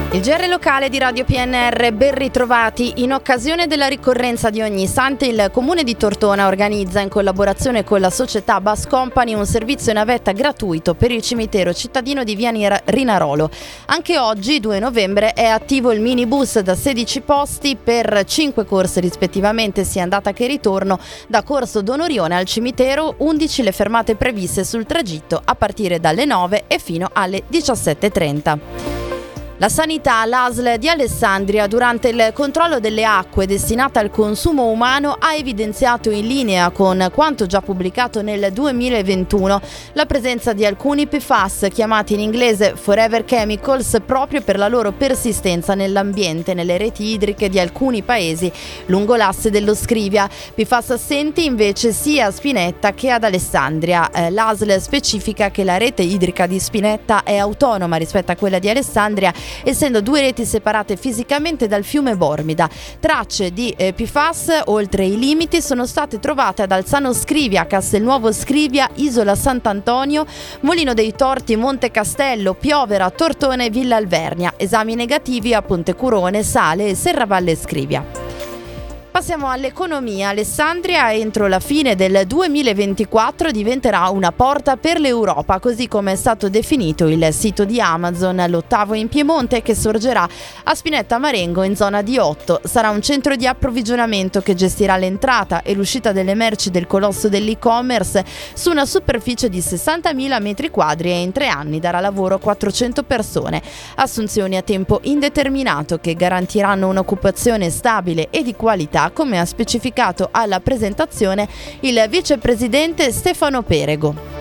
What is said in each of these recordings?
Il GR locale di Radio PNR, ben ritrovati. In occasione della ricorrenza di Ognissanti, il Comune di Tortona organizza in collaborazione con la società Bus Company un servizio navetta gratuito per il cimitero cittadino di Via Rinarolo. Anche oggi, 2 novembre, è attivo il minibus da 16 posti per 5 corse rispettivamente sia andata che ritorno da Corso Donorione al cimitero, 11 le fermate previste sul tragitto a partire dalle 9 e fino alle 17:30. La sanità, l'ASL di Alessandria, durante il controllo delle acque destinate al consumo umano, ha evidenziato in linea con quanto già pubblicato nel 2021 la presenza di alcuni PFAS, chiamati in inglese Forever Chemicals, proprio per la loro persistenza nell'ambiente, nelle reti idriche di alcuni paesi lungo l'asse dello Scrivia. PFAS assenti invece sia a Spinetta che ad Alessandria. L'ASL specifica che la rete idrica di Spinetta è autonoma rispetto a quella di Alessandria, essendo 2 reti separate fisicamente dal fiume Bormida. Tracce di PFAS oltre i limiti sono state trovate ad Alzano Scrivia, Castelnuovo Scrivia, Isola Sant'Antonio, Molino dei Torti, Monte Castello, Piovera, Tortone e Villa Alvernia. Esami negativi a Pontecurone, Sale e Serravalle Scrivia. Passiamo all'economia. Alessandria entro la fine del 2024 diventerà una porta per l'Europa, così come è stato definito il sito di Amazon, l'8° in Piemonte, che sorgerà a Spinetta Marengo in zona di Otto. Sarà un centro di approvvigionamento che gestirà l'entrata e l'uscita delle merci del colosso dell'e-commerce su una superficie di 60.000 metri quadri e in 3 anni darà lavoro a 400 persone. Assunzioni a tempo indeterminato che garantiranno un'occupazione stabile e di qualità, come ha specificato alla presentazione il vicepresidente Stefano Perego.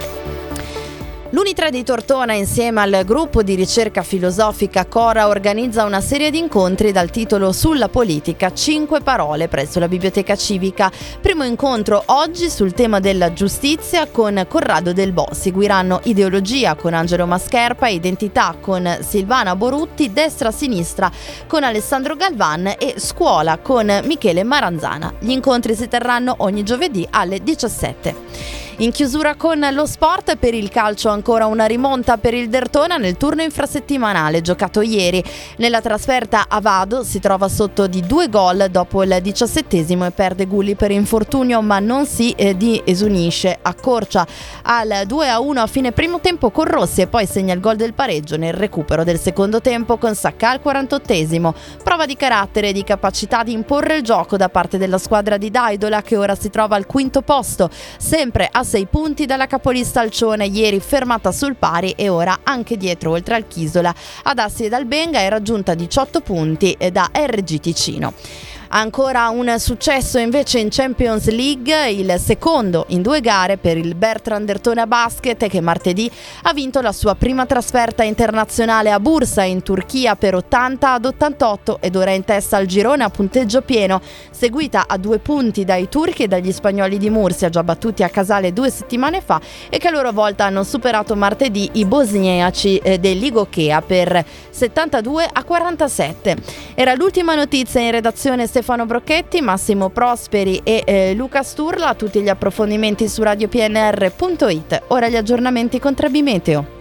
L'Uni3 di Tortona, insieme al gruppo di ricerca filosofica Cora, organizza una serie di incontri dal titolo Sulla politica, 5 parole, presso la Biblioteca Civica. Primo incontro oggi sul tema della giustizia con Corrado Del Bo. Seguiranno Ideologia con Angelo Mascherpa, Identità con Silvana Borutti, Destra-Sinistra con Alessandro Galvan e Scuola con Michele Maranzana. Gli incontri si terranno ogni giovedì alle 17. In chiusura con lo sport, per il calcio ancora una rimonta per il Derthona nel turno infrasettimanale giocato ieri. Nella trasferta a Vado si trova sotto di 2 gol dopo il 17° e perde Gulli per infortunio, ma non si disunisce. Accorcia al 2-1 a fine primo tempo con Rossi e poi segna il gol del pareggio nel recupero del secondo tempo con Sacca al 48°. Prova di carattere e di capacità di imporre il gioco da parte della squadra di Daidola, che ora si trova al 5° posto, sempre a 6 punti dalla capolista Alcione, ieri fermata sul pari e ora anche dietro oltre al Chisola. Ad Assi ed Albenga è raggiunta 18 punti da RG Ticino. Ancora un successo invece in Champions League, il secondo in 2 gare per il Bertrand Derthona Basket, che martedì ha vinto la sua prima trasferta internazionale a Bursa in Turchia per 80-88 ed ora è in testa al girone a punteggio pieno, seguita a 2 punti dai turchi e dagli spagnoli di Mursia, già battuti a Casale 2 settimane fa e che a loro volta hanno superato martedì i bosniaci dell'Igokea per 72-47. Era l'ultima notizia. In redazione Stefano Brocchetti, Massimo Prosperi e Luca Sturla. Tutti gli approfondimenti su radiopnr.it. Ora gli aggiornamenti con Trebi Meteo.